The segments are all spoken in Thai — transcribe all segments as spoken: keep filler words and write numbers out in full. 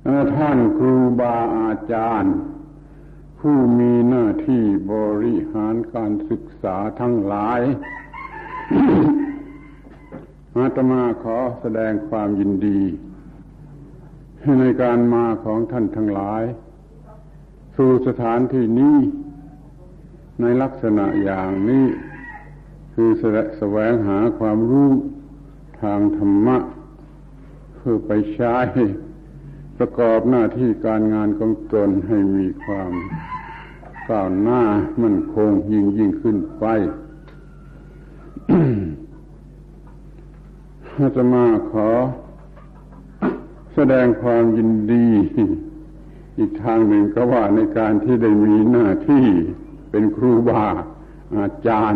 ท่านครูบาอาจารย์ผู้มีหน้าที่บริหารการศึกษาทั้งหลาย อาตมาขอแสดงความยินดีในการมาของท่านทั้งหลายสู่สถานที่นี้ในลักษณะอย่างนี้คือแสวงหาความรู้ทางธรรมะเพื่อไปใช้ประกอบหน้าที่การงานของตนให้มีความก้าวหน้ามั่นคงยิ่งยิ่งขึ้นไป อาตมาขอแสดงความยินดีอีกทางหนึ่งก็ว่าในการที่ได้มีหน้าที่เป็นครูบาอาจารย์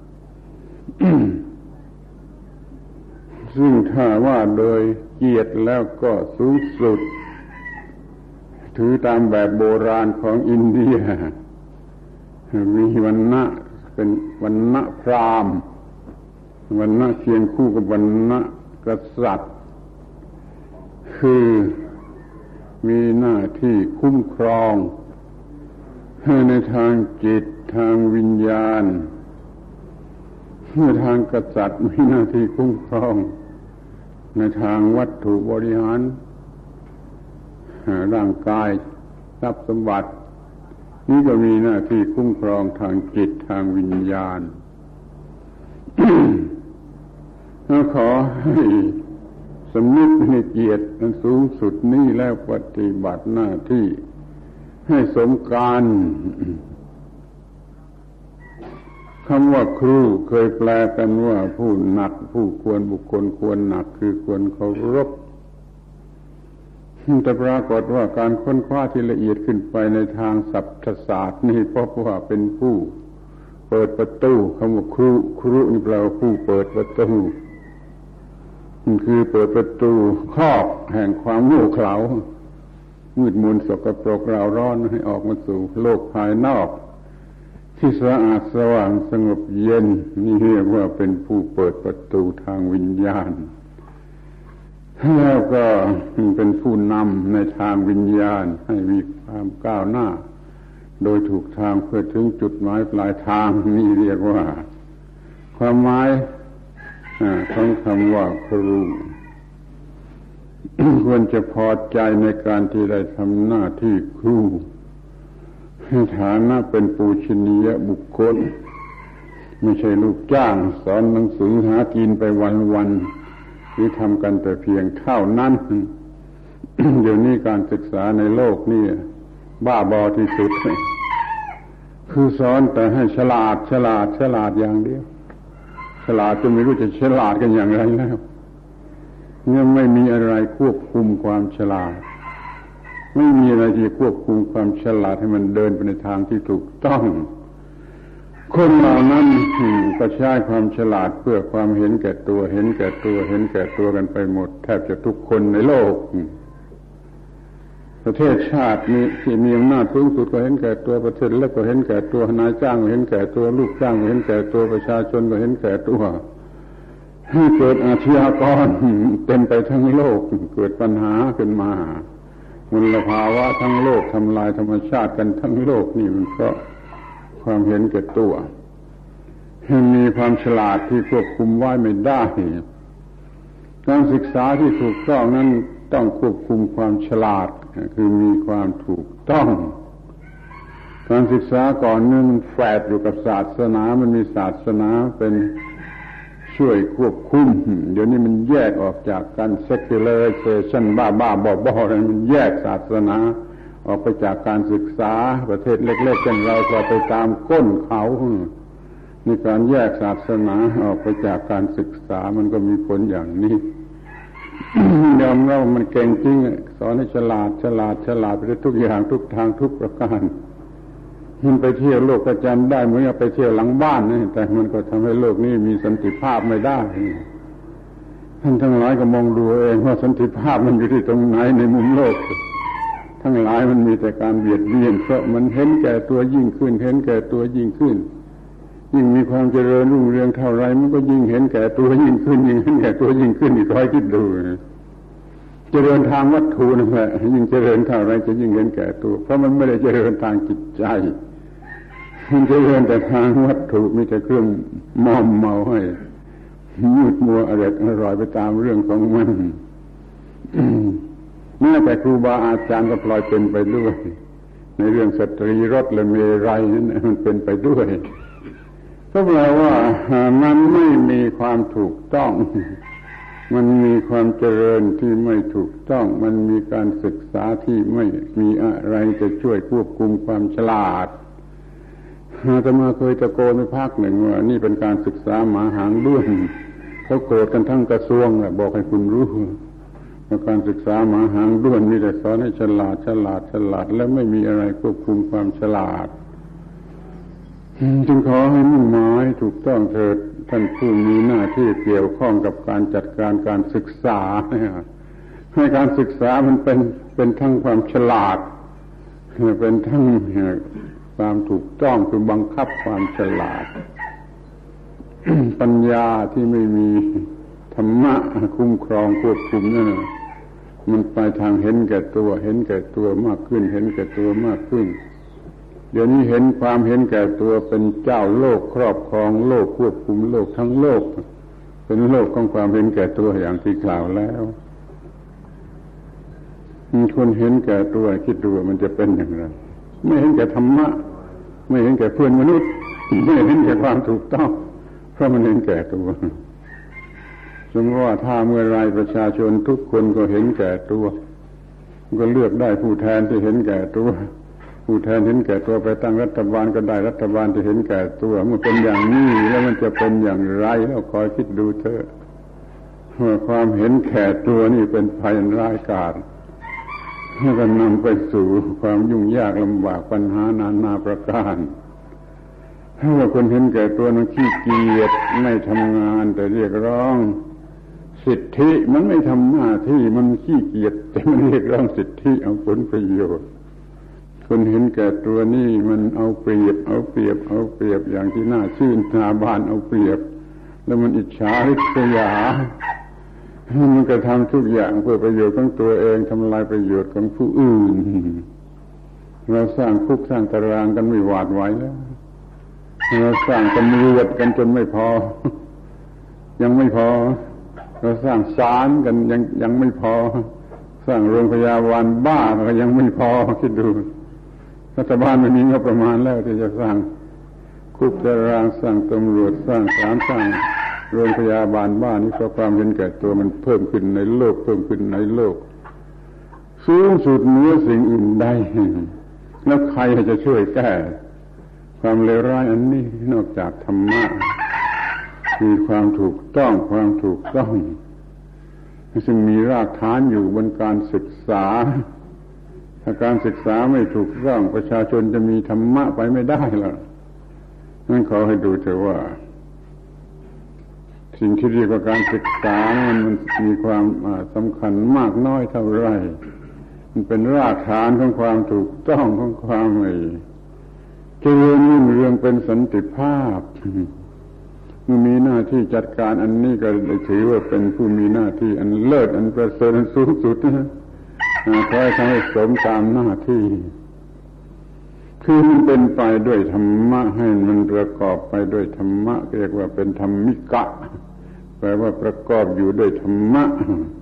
ซึ่งถ้าว่าโดยเกียรติแล้วก็สูงสุดถือตามแบบโบราณของอินเดียมีวรรณะเป็นวรรณะพราหมณ์วรรณะเคียงคู่กับวรรณะกษัตริย์คือมีหน้าที่คุ้มครองให้ในทางจิตทางวิญญาณในทางกษัตริย์มีหน้าที่คุ้มครองในทางวัตถุบริหารร่างกายทรัพย์สมบัตินี่ก็มีหน้าที่คุ้มครองทางจิตทางวิญญาณ ขอให้สำนึกในเกียรติอันสูงสุดนี้แล้วปฏิบัติหน้าที่ให้สมการคำว่าครูเคยแปลกันว่าผู้หนักผู้ควรบุคคลควรหนักคือควรเคารพแต่ปรากฏว่าการค้นคว้าที่ละเอียดขึ้นไปในทางศัพทศาสตร์นี่พบว่าเป็นผู้เปิดประตูคำว่าครูครูนี่แปลว่าผู้เปิดประตูคือเปิดประตูคอกแห่งความโง่เขลามืดมนสกปรกเร่าร้อนให้ออกมาสู่โลกภายนอกที่สะอาดสว่างสงบเย็นนี่เรียกว่าเป็นผู้เปิดประตูทางวิญญาณแล้วก็เป็นผู้นำในทางวิญญาณให้มีความก้าวหน้าโดยถูกทางเพื่อถึงจุดหมายปลายทางนี่เรียกว่าความหมายของคำว่าครูควรจะพอใจในการที่ได้ทำหน้าที่ครูในฐานะเป็นปูชนียบุคคลไม่ใช่ลูกจ้างสอนหนังสือหากินไปวันๆหรือทำกันแต่เพียงเท่านั้น เดี๋ยวนี้การศึกษาในโลกนี่บ้าบอที่สุดคือสอนแต่ให้ฉลาดฉลาดฉลาดอย่างเดียวฉลาดจนไม่รู้จะฉลาดกันอย่างไรแล้วเนี่ยไม่มีอะไรควบคุมความฉลาดไม่มีอะไรที่ควบคุมความฉลาดให้มันเดินไปในทางที่ถูกต้องคนเหล่านั้นก็ใช้ความฉลาดเพื่อความเห็นแก่ตัวเห็นแก่ตัวเห็นแก่ตัวกันไปหมดแทบจะทุกคนในโลกประเทศชาตินี้ที่มีอำนาจสูงสุดก็เห็นแก่ตัวประเทศเล็กก็เห็นแก่ตัวนายจ้างก็เห็นแก่ตัวลูกจ้างก็เห็นแก่ตัวประชาชนก็เห็นแก่ตัวให้เกิดอาชญากรเต็มไปทั้งโลกเกิดปัญหาขึ้นมามลภาวะทั้งโลกทำลายธรรมชาติกันทั้งโลกนี่มันก็ความเห็นแก่ตัวมีความฉลาดที่ควบคุมไว้ไม่ได้การศึกษาที่ถูกต้องนั้นต้องควบคุมความฉลาดคือมีความถูกต้องการศึกษาก่อนนั้นมันแฝดอยู่กับศาสนามันมีศาสนาเป็นช่วยควบคุมเดี๋ยวนี้มันแยกออกจากกัน secularization บ้าๆบอๆอะไรมันแยกศาสนาออกไปจากการศึกษาประเทศเล็กๆเช่นเราก็ไปตามก้นเขาในการแยกศาสนาออกไปจากการศึกษามันก็มีผลอย่างนี้ ยอมรับมันเก่งจริงสอนให้ฉลาดฉลาดฉลาดไปทุกอย่างทุกทางทุกประการมันไปเที่ยวโลกประจำได้เหมือนกับไปเที่ยวหลังบ้านนี่แต่มันก็ทำให้โลกนี้มีสันติภาพไม่ได้ท่านทั้งหลายก็มองดูเองว่าสันติภาพมันอยู่ที่ตรงไหนในมุมโลกทั้งหลายมันมีแต่การเบียดเบียนเพราะมันเห็นแก่ตัวยิ่งขึ้นเห็นแก่ตัวยิ่งขึ้นยิ่งมีความเจริญรุ่งเรืองเท่าไรมันก็ยิ่งเห็นแก่ตัวยิ่งขึ้นยิ่งเห็นแก่ตัวยิ่งขึ้นอีกคอยคิดดูเจริญทางวัตถุนั่นแหละยิ่งเจริญเท่าไรจะยิ่งเห็นแก่ตัวเพราะมันไม่ได้เจริญทางจิตใจมันเจริญแต่ทางวัตถุมีแต่เครื่องมอมเมาให้มืดมัวอร่อยอร่อยไปตามเรื่องของมันแม้แต่ครูบาอาจารย์ก็ปล่อยเป็นไปด้วยในเรื่องสตรีรสและเมรัยนั่นมันเป็นไปด้วยก็แปลว่ามันไม่มีความถูกต้องมันมีความเจริญที่ไม่ถูกต้องมันมีการศึกษาที่ไม่มีอะไรจะช่วยควบคุมความฉลาดอาตมาเคยตะโกนไปภาคหนึ่งว่านี่เป็นการศึกษาหมาหางด้วนเขาโกรธกันทั้งกระทรวงแหละบอกให้คุณรู้ว่าการศึกษาหมาหางด้วนมีแต่สอนให้ฉลาดฉลาดฉลาดและไม่มีอะไรควบคุมความฉลาดจึงขอให้มุ่งหมายถูกต้องเถิดท่านผู้มีหน้าที่เกี่ยวข้องกับการจัดการการศึกษาให้การศึกษามันเป็นเป็นทั้งความฉลาดเป็นทั้งความถูกต้องคือบังคับความฉลาด ปัญญาที่ไม่มีธรรมะคุ้มครองควบคุมนั่นมันไปทางเห็นแก่ตัวเห็นแก่ตัวมากขึ้นเห็นแก่ตัวมากขึ้นเดี๋ยวนี้เห็นความเห็นแก่ตัวเป็นเจ้าโลกครอบครองโลกควบคุมโลกทั้งโลกเป็นโลกของความเห็นแก่ตัวอย่างที่กล่าวแล้วมีคนเห็นแก่ตัวคิดดูมันจะเป็นอย่างไรไม่เห็นแก่ธรรมะไม่เห็นแก่เพื่อนมนุษย์ไม่เห็นแก่ความถูกต้องเพราะมันเห็นแก่ตัวสมมติว่าถ้าเมื่อไรประชาชนทุกคนก็เห็นแก่ตัวก็เลือกได้ผู้แทนที่เห็นแก่ตัวผู้แทนเห็นแก่ตัวไปตั้งรัฐบาลก็ได้รัฐบาลที่เห็นแก่ตัวเมื่อเป็นอย่างนี้แล้วมันจะเป็นอย่างไรแล้วคอยคิดดูเถอะว่าความเห็นแก่ตัวนี่เป็นภัยร้ายกาจแล้วก็นำไปสู่ความยุ่งยากลำบากปัญหานานาประการถ้าว่าคนเห็นแก่ตัวมันขี้เกียจไม่ทำงานแต่เรียกร้องสิทธิมันไม่ทำหน้าที่มันขี้เกียจแต่มันเรียกร้องสิทธิเอาผลประโยชน์คนเห็นแก่ตัวนี่มันเอาเปรียบเอาเปรียบเอาเปรียบอย่างที่น่าชื่นตาบานเอาเปรียบแล้วมันอิจฉาริษยามันก็ทำทุกอย่างเพื่อประโยชน์ของตัวเองทำลายประโยชน์ของผู้อื่นเราสร้างคุกสร้างตารางกันไม่หวาดไหวแล้วเราสร้างตำรวจกันจนไม่พอยังไม่พอเราสร้างศาลกันยังยังไม่พอสร้างโรงพยาบาลบ้าก็ยังไม่พอคิดดูรัฐบาลมันมีงบประมาณแล้วที่จะสร้างคุกตารางสร้างตำรวจสร้างศาลสร้างโรงพยาบาลบ้านี่เพราะความเห็นแก่ตัวมันเพิ่มขึ้นในโลกเพิ่มขึ้นในโลกสูงสุดเหนือสิ่งอื่นใดแล้วใครจะช่วยแก้ความเลวร้ายอันนี้นอกจากธรรมะมีความถูกต้องความถูกต้องซึ่งมีรากฐานอยู่บนการศึกษาถ้าการศึกษาไม่ถูกต้องประชาชนจะมีธรรมะไปไม่ได้หรอกนั่นขอให้ดูเถอะว่าสิ่งที่เรียกว่าการศึกษามันมันมีความสำคัญมากน้อยเท่าไรมันเป็นรากฐานของความถูกต้องของความเจริญรุ่งเรืองเป็นสันติภาพเมื่อมีหน้าที่จัดการอันนี้ก็ได้ถือว่าเป็นผู้มีหน้าที่อันเลิศอันประเสริฐอันสูงสุดนะขอให้ทำให้สมตามหน้าที่คือมันเป็นไปด้วยธรรมะให้มันประกอบไปด้วยธรรมะเรียกว่าเป็นธรรมิกะแปลว่าประกอบอยู่ด้วยธรรมะ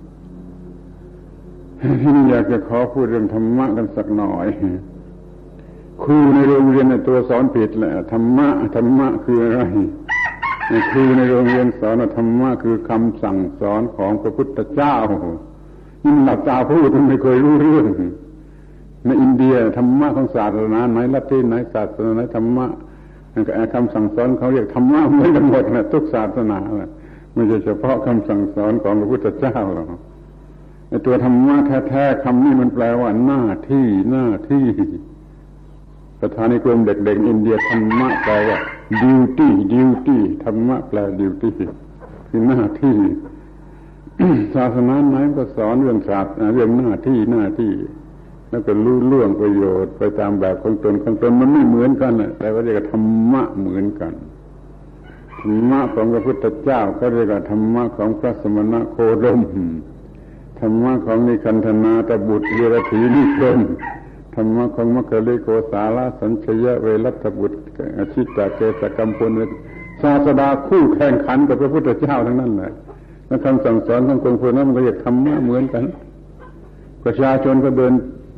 ที่นี่อยากจะขอพูดเรื่องธรรมะกันสักหน่อยครูในโรงเรียนในตัวสอนผิดแหละธรรมะธรรมะคืออะไรครูในโรงเรียนสอนว่าธรรมะคือคำสั่งสอนของพระพุทธเจ้านี่หลับตาพูดมันไม่เคยรู้เรื่องในอินเดียธรรมะของศาสนาไหนลัทธิไหนศาสนาไหนธรรมะคำสั่งสอนเขาเรียกธรรมะเหมือนกันหมดนะทุกศาสนาไม่ใช่เฉพาะคำสั่งสอนของพระพุทธเจ้าหรอกไอ้ตัวธรรมะแท้ๆคำนี้มันแปลว่าหน้าที่หน้าที่ประธานในกลุ่มเด็กๆอินเดียธรรมะแปลว่า duty duty ธรรมะแปล duty คือหน้าที่ ศาสนาไหนก็สอนเรื่องศาสตร์เรื่องหน้าที่หน้าที่แล้วก็รู้ล่วงประโยชน์ไปตามแบบของตนของตนมันไม่เหมือนกันแต่ว่าเรียกว่าธรรมะเหมือนกันธรรมะของพระพุทธเจ้าก็เรียกว่าธรรมะของพระสมณโคดมธธรรมะของนิคันธนาตบุตรวิรถีนิคมธรรมะของมัคคิริโกสาลสัญชยะเวรัตบุตรอชิตาเกสกัมพลศาสดาคู่แข่งขันกับพระพุทธเจ้าทั้งนั้นแหละและคำสั่งสอนของคนพวกนั้นมันก็เรียกธรรมะเหมือนกันประชาชนก็เดิน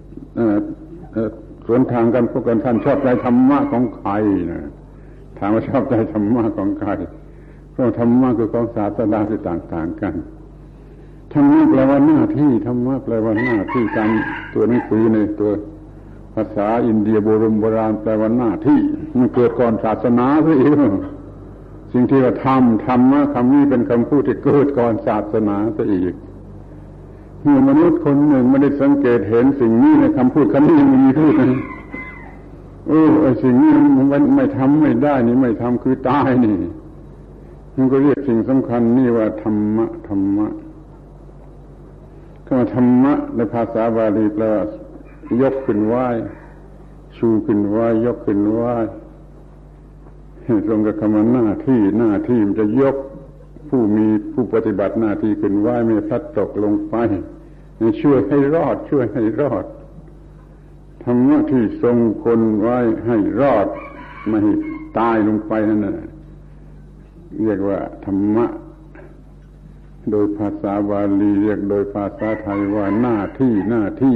สวนทางกันพวกกันท่านชอบใจธรรมะของใครนะถามว่าชอบใจธรรมะของใครเพราะธรรมะคือของศาสดาที่ต่างๆกันธรรมะแปลว่าหน้าที่ธรรมะแปลว่าหน้าที่ตามตัวหนังสือในตัวภาษาอินเดียโบราณโบราณแปลว่าหน้าที่มันเกิดก่อนศาสนาซะอีกสิ่งที่ว่าทำธรรมะคำนี้เป็นคำพูดที่เกิดก่อนศาสนาซะอีกเมื่อมนุษย์คนหนึ่งไม่ได้สังเกตเห็นสิ่งนี้ในคำพูดคำนี้มันมีพูดนะเออไอ้สิ่งนี้มันไม่ทำไม่ได้นี่ไม่ทำคือตายนี่มันก็เรียกสิ่งสำคัญนี่ว่าธรรมะธรรมะคำว่าธรรมะในภาษาบาลีแปลว่ายกขึ้นไหว้ชูขึ้นไหว้ยกขึ้นไหว้ตรงกับคำว่าหน้าที่หน้าที่มันจะยกผู้มีผู้ปฏิบัติหน้าที่ขึ้นไหว้ไม่พลัดตกลงไปช่วยให้รอดช่วยให้รอดธรรมะที่ทรงคนไว้ให้รอดไม่ตายลงไปนั่นน่ะเรียกว่าธรรมะโดยภาษาบาลีเรียกโดยภาษาไทยว่าหน้าที่หน้าที่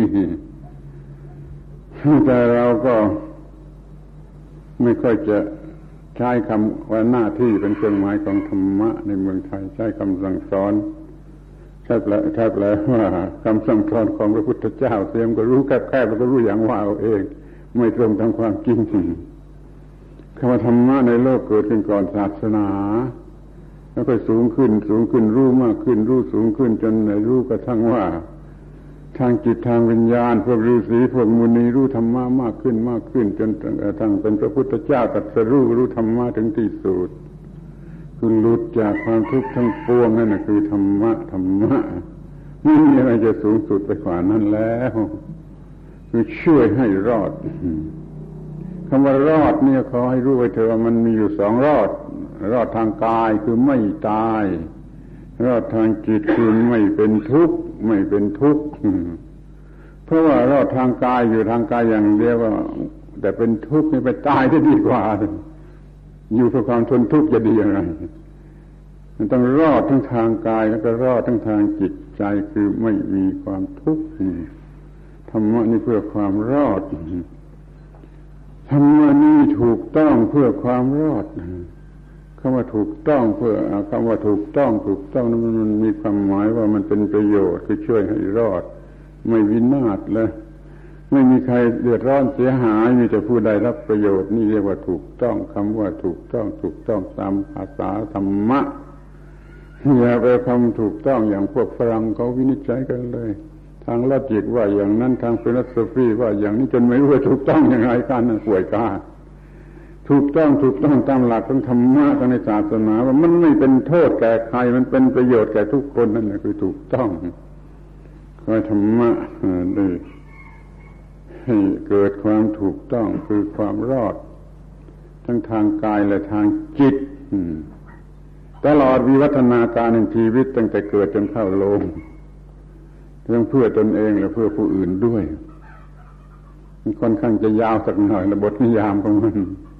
แต่เราก็ไม่ค่อยจะใช้คำว่าหน้าที่เป็นเครื่องหมายของธรรมะในเมืองไทยใช้คำสั่งสอนใช่แปลใช่แปลว่าคำสั่งสอนของพระพุทธเจ้าเสียมก็รู้แคบๆแล้วก็รู้อย่างว่าเอาเองไม่ตรงตามความจริงคำว่าธรรมะในโลกเกิดขึ้นก่อนศาสนาแล้วก็สูงขึ้นสูงขึ้นรู้มากขึ้นรู้สูงขึ้นจนในรู้กระทั่งว่าทางจิตทางวิญญาณพวกฤาษีพวกมุนีรู้ธรรมะมากขึ้นมากขึ้นจนกระทั่งเป็นพระพุทธเจ้าตรัสรู้รู้ธรรมะถึงที่สุดคือหลุดจากความทุกข์ทั้งปวงนั่นน่ะคือธรรมะธรรมะไม่มีอะไรจะสูงสุดไปกว่านั้นแล้วคือช่วยให้รอดคำว่ารอดเนี่ยขอให้รู้ไว้เถอะว่ามันมีอยู่สองรอดรอดทางกายคือไม่ตายรอดทางจิตคือไม่เป็นทุกข์ไม่เป็นทุกข์เพราะว่ารอดทางกายอยู่ทางกายอย่างเดียวว่าแต่เป็นทุกข์นี่ไปตายได้ดีกว่าอยู่เพื่อความทนทุกข์จะดีอย่างไรมันต้องรอดทั้งทางกายแล้วก็รอดทั้งทางจิตใจคือไม่มีความทุกข์ธรรมะนี่เพื่อความรอดธรรมะนี่ถูกต้องเพื่อความรอดคำว่าถูกต้องเพื่อคำว่าถูกต้องถูกต้องนั้นมันมีความหมายว่ามันเป็นประโยชน์คือช่วยให้รอดไม่วินาศเลยไม่มีใครเดือดร้อนเสียหายมีแต่ผู้ใดรับประโยชน์นี่เรียกว่าถูกต้องคำว่าถูกต้องถูกต้องตามภาษาธรรมะอย่าไปคำถูกต้องอย่างพวกฝรั่งเขาวินิจฉัยกันเลยทางลอจิกว่าอย่างนั้นทางฟิโลโซฟีว่าอย่างนี้จนไม่รู้ว่าถูกต้องอย่างไรกันนะป่วยกาถูกต้องถูกต้องตามหลักของธรรมะในศาสนาว่ามันไม่เป็นโทษแก่ใครมันเป็นประโยชน์แก่ทุกคนนั่นแหละคือถูกต้องขอธรรมะได้ให้เกิดความถูกต้องคือความรอดทั้งทางกายและทางจิตตลอดวิวัฒนาการแห่งชีวิตตั้งแต่เกิดจนเข้าโลงทั้งเพื่อตนเองและเพื่อผู้อื่นด้วยมันค่อนข้างจะยาวสักหน่อยในบทนิยามของมัน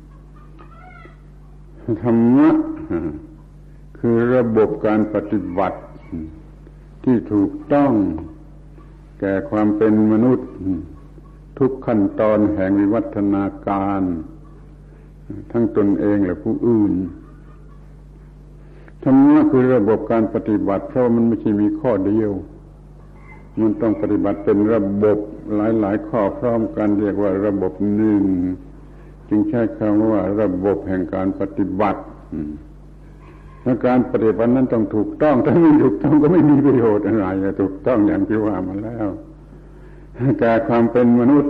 ธรรมะคือระบบการปฏิบัติที่ถูกต้องแก่ความเป็นมนุษย์ทุกขั้นตอนแห่งวิวัฒนาการทั้งตนเองและผู้อื่นธรรมะคือระบบการปฏิบัติเพราะมันไม่ใช่มีข้อเดียวมันต้องปฏิบัติเป็นระบบหลายๆข้อพร้อมกันเรียกว่าระบบหนึ่งจึงใช้คำว่าระบบแห่งการปฏิบัติและการปฏิบัตินั้นต้องถูกต้องถ้าไม่ถูกต้องก็ไม่มีประโยชน์อะไรถูกต้องอย่างที่ว่ามาแล้วแก่ความเป็นมนุษย์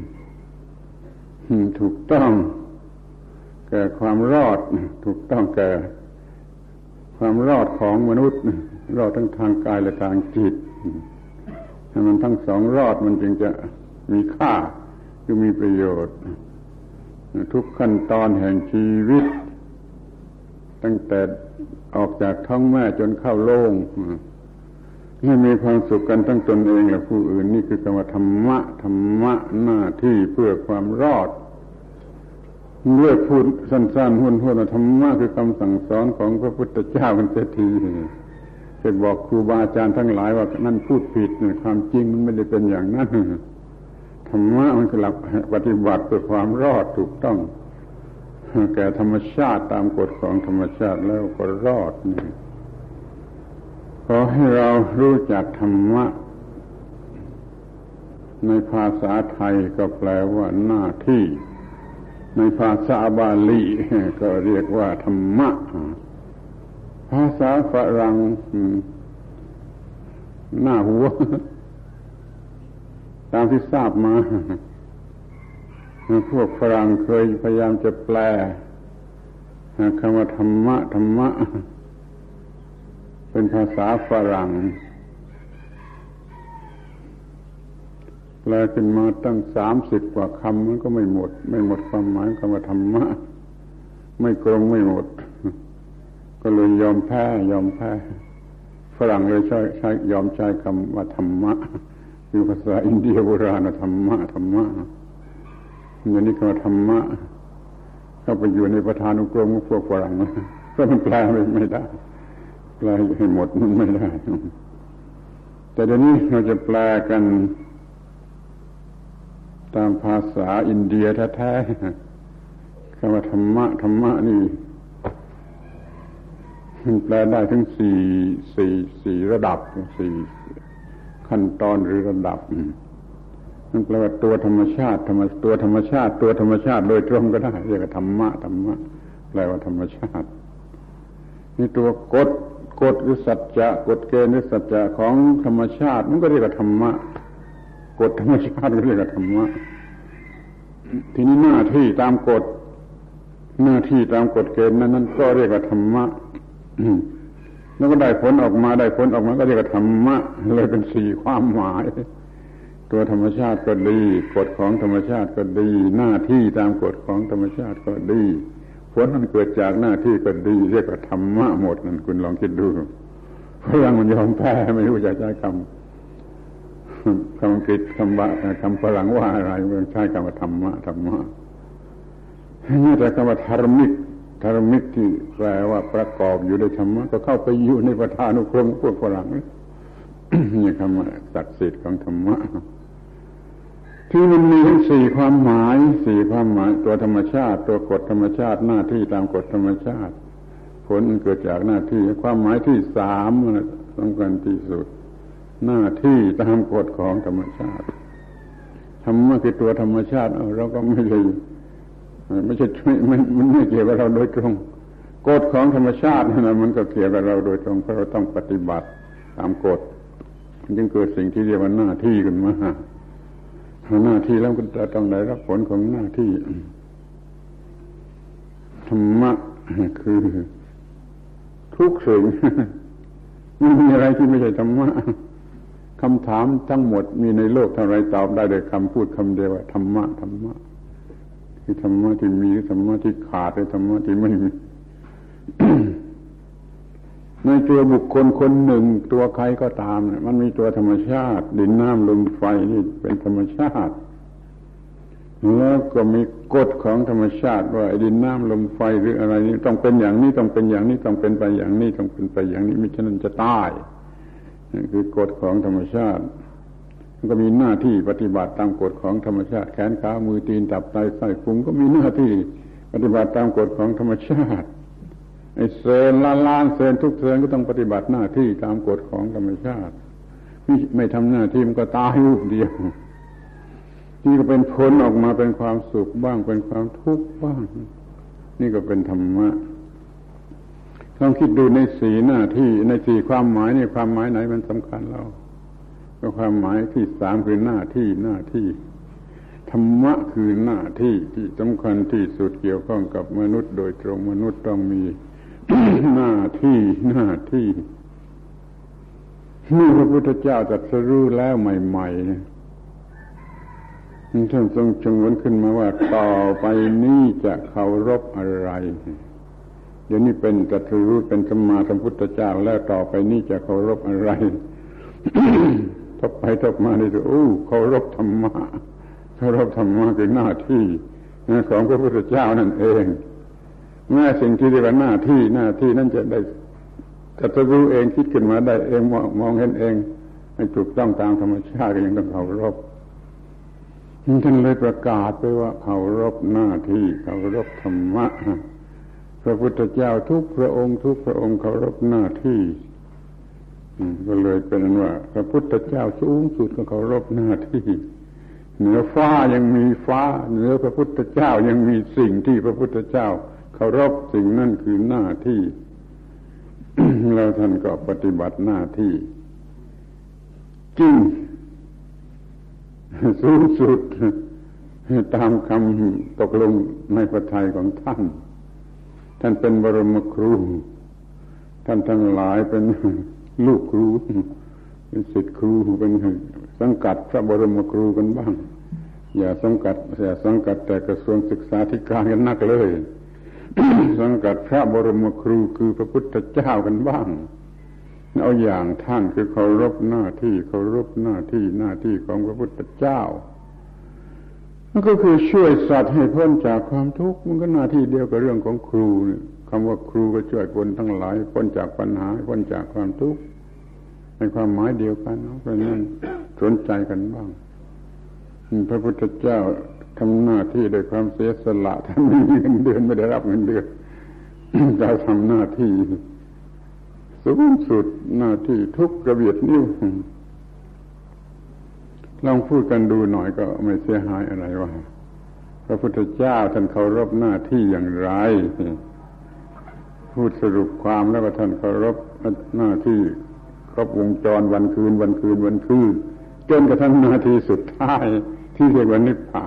ถูกต้องแก่ความรอดถูกต้องแก่ความรอดของมนุษย์รอดทั้งทางกายและทางจิตถ้ามันทั้งสองรอดมันจึงจะมีค่าคือมีประโยชน์ทุกขั้นตอนแห่งชีวิตตั้งแต่ออกจากท้องแม่จนเข้าโลงให้มีความสุขกันทั้งตนเองและผู้อื่นนี่คือคำว่าธรรมะธรรมะหน้าที่เพื่อความรอดเลือกพูดสั้นๆห้วนๆว่าธรรมะคือคำสั่งสอนของพระพุทธเจ้ามันเสียทีจะบอกครูบาอาจารย์ทั้งหลายว่านั่นพูดผิดความจริงมันไม่ได้เป็นอย่างนั้นธรรมะมันคือหลักปฏิบัติเพื่อความรอดถูกต้องแก่ธรรมชาติตามกฎของธรรมชาติแล้วก็รอดนี่ขอให้เรารู้จักธรรมะในภาษาไทยก็แปลว่าหน้าที่ในภาษาบาลีก็เรียกว่าธรรมะภาษาฝรั่งหน้าหัวตามที่ทราบมาพวกฝรั่งเคยพยายามจะแปลคำว่าธรรมะธรรมะเป็นภาษาฝรั่งแปลขึ้นมาตั้งสามสิบกว่าคำมันก็ไม่หมดไม่หมดความหมายคำว่าธรรมะไม่กรงไม่หมดก็เลยยอมแพ้ยอมแพ้ฝรั่งเลยใช้ใช้ยอมใช้คำว่าธรรมะคือภาษาอินเดียโบราณธรรมะธรรมะอย่างนี้คำว่าธรรมะเข้าไปอยู่ในประธานุกรมของพวกฝรั่งเพราะมันแปลไม่ได้แปลให้หมดมันไม่ได้แต่เดี๋ยวนี้เราจะแปลกันตามภาษาอินเดียแท้ๆคำว่าธรรมะธรรมะนี่มันแปลได้ถึงสี่สี่สี่ระดับสี่ขั้นตอนหรือระดับมันแปลว่าตัวธรรมชาติธรรมตัวธรรมชาติตัวธรรมชาติโดยตรงก็ได้เรียกว่าธรรมะธรรมะแปลว่าธรรมชาตินี่ตัวกฎกฎหรือสัจจะกฎเกณฑ์หรือสัจจะของธรรมชาติมันก็เรียกว่าธรรมะกฎธรรมชาติก็เรียกว่าธรรมะทีนี้หน้าที่ตามกฎหน้าที่ตามกฎเกณฑ์นั้นนั้นก็เรียกว่าธรรมะแล้วก็ได้ผลออกมาได้ผลออกมาก็เรียกว่าธรรมะเลยเป็นสี่ความหมายตัวธรรมชาติก็ดีกฎของธรรมชาติก็ดีหน้าที่ตามกฎของธรรมชาติก็ดีผลมันเกิดจากหน้าที่ก็ดีเรียกว่าธรรมะหมดนั่นคุณลองคิดดูฝรั่งมันยอมแพ้ไม่รู้จะใช้คำคำอังกฤษคำว่าคำฝรั่งว่าอะไรมันใช้คำว่าธรรมะธรรมะนี่แต่คำว่าธรรมิกธรรมิกที่แปลว่าประกอบอยู่ด้วยธรรมะก็เข้าไปอยู่ในประธานุกรมพวกฝรั่งนี่คำว่าศักดิ์สิทธิ์ของธรรมะที่มันมีทั้งสี่ความหมายสี่ความหมายตัวธรรมชาติตัวกฎธรรมชาติหน้าที่ตามกฎธรรมชาติผลเกิดจากหน้าที่ความหมายที่สามสำคัญที่สุดหน้าที่ตามกฎของธรรมชาติธรรมะคือตัวธรรมชาติเราก็ไม่ใช่ไม่ใช่ไม่มันไม่เกี่ยวกับเราโดยตรงกฎของธรรมชาตินั่นมันก็เกี่ยวกับเราโดยตรงเพราะเราต้องปฏิบัติตามกฎมันจึงเกิดสิ่งที่เรียกว่าหน้าที่ขึ้นมาหน้าที่แล้วก็จะต้องได้รับผลของหน้าที่ธรรมะคือทุกสิ่งไม่มีอะไรที่ไม่ใช่ธรรมะคำถามทั้งหมดมีในโลกเท่าไรตอบได้โดยคำพูดคำเดียวว่าธรรมะธรรมะคือธรรมะที่มีธรรมะที่ขาดหรือธรรมะที่ไม่มี ในตัวบุคคลคนหนึ่งตัวใครก็ตามมันมีตัวธรรมชาติดินน้ำลมไฟนี่เป็นธรรมชาติแล้วก็มีกฎของธรรมชาติว่าดินน้ำลมไฟหรืออะไรนี้ต้องเป็นอย่างนี้ต้องเป็นอย่างนี้ต้องเป็นไปอย่างนี้ต้องเป็นไปอย่างนี้มิฉะนั้นจะตายนี่คือกฎของธรรมชาติมันก็มีหน้าที่ปฏิบัติตามกฎของธรรมชาติแขนขามือตีนตับไตไส้พุงก็มีหน้าที่ปฏิบัติตามกฎของธรรมชาติไอ้เซลล์ล้านล้านเซลล์ทุกเซลล์ก็ต้องปฏิบัติหน้าที่ตามกฎของธรรมชาติไม่ไม่ทำหน้าที่มันก็ตายรูปเดียวนี่ก็เป็นผลออกมาเป็นความสุขบ้างเป็นความทุกข์บ้างนี่ก็เป็นธรรมะลองคิดดูในสี่หน้าที่ในสี่ความหมายนี่ความหมายไหนมันสำคัญเราก็ความหมายที่สามคือหน้าที่หน้าที่ธรรมะคือหน้าที่ที่สำคัญที่สุดเกี่ยวข้องกับมนุษย์โดยตรงมนุษย์ต้องมี หน้าที่หน้าที่นี่พระพุทธเจ้าตรัสรู้แล้วใหม่ๆท่านทรงชงนขึ้นมาว่าต่อไปนี้จะเคารพอะไรเดี๋ยวนี้เป็นตรัสรู้เป็นสัมมาสัมพุทธเจ้าแล้วต่อไปนี้จะเคารพอะไรทบไปทบมานี่ดูโอ้เคารพธรรมะเคารพธรรมะคือหน้าที่ของพระพุทธเจ้านั่นเองแม้สิ่งที่เรียกว่าหน้าที่หน้าที่นั่นจะได้จะรู้เองคิดขึ้นมาได้เองมองเห็นเองไม่ถูกต้องตามธรรมชาติก็ยังต้องเคารพท่านเลยประกาศไปว่าเคารพหน้าที่เคารพธรรมะพระพุทธเจ้าทุกพระองค์ทุกพระองค์เคารพหน้าที่ก็เลยเป็นว่าพระพุทธเจ้าสูงสุดก็เคารพหน้าที่เหนือฟ้ายังมีฟ้าเหนือพระพุทธเจ้ายังมีสิ่งที่พระพุทธเจ้าเคารพสิ่งนั่นคือหน้าที่ แล้วท่านก็ปฏิบัติหน้าที่จริงสูงสุดตามคำตกลงในพระทัยของท่านท่านเป็นบรมครูท่านทั้งหลายเป็นลูกครูเป็นศิษย์ครูเป็นสังกัดพระบรมครูกันบ้างอย่าสังกัดอย่าสังกัดแต่กระทรวงศึกษาธิการกันนักเลย สังกัดพระบรมครูคือพระพุทธเจ้ากันบ้างเอาอย่างท่านคือเคารพหน้าที่เคารพหน้าที่หน้าที่ของพระพุทธเจ้านั่นก็คือช่วยสัตว์ให้พ้นจากความทุกข์มันก็หน้าที่เดียวกับเรื่องของครูคำว่าครูก็ช่วยคนทั้งหลายพ้นจากปัญหาพ้นจากความทุกข์ในความหมายเดียวกันเพราะนั้นสนใจกันบ้างพระพุทธเจ้าทำหน้าที่ด้วยความเสียสละท่านไม่มีเงินเดือนไม่ได้รับเงินเดือนเราทำหน้าที่สูงสุดหน้าที่ทุกกระเบียดนิ้วลองพูดกันดูหน่อยก็ไม่เสียหายอะไรว่าพระพุทธเจ้าท่านเคารพหน้าที่อย่างไรพูดสรุปความแล้วก็ท่านเคารพหน้าที่ครบวงจรวันคืนวันคืนวันคืนจนกระทั่งนาทีสุดท้ายที่เรียกว่านิพพาน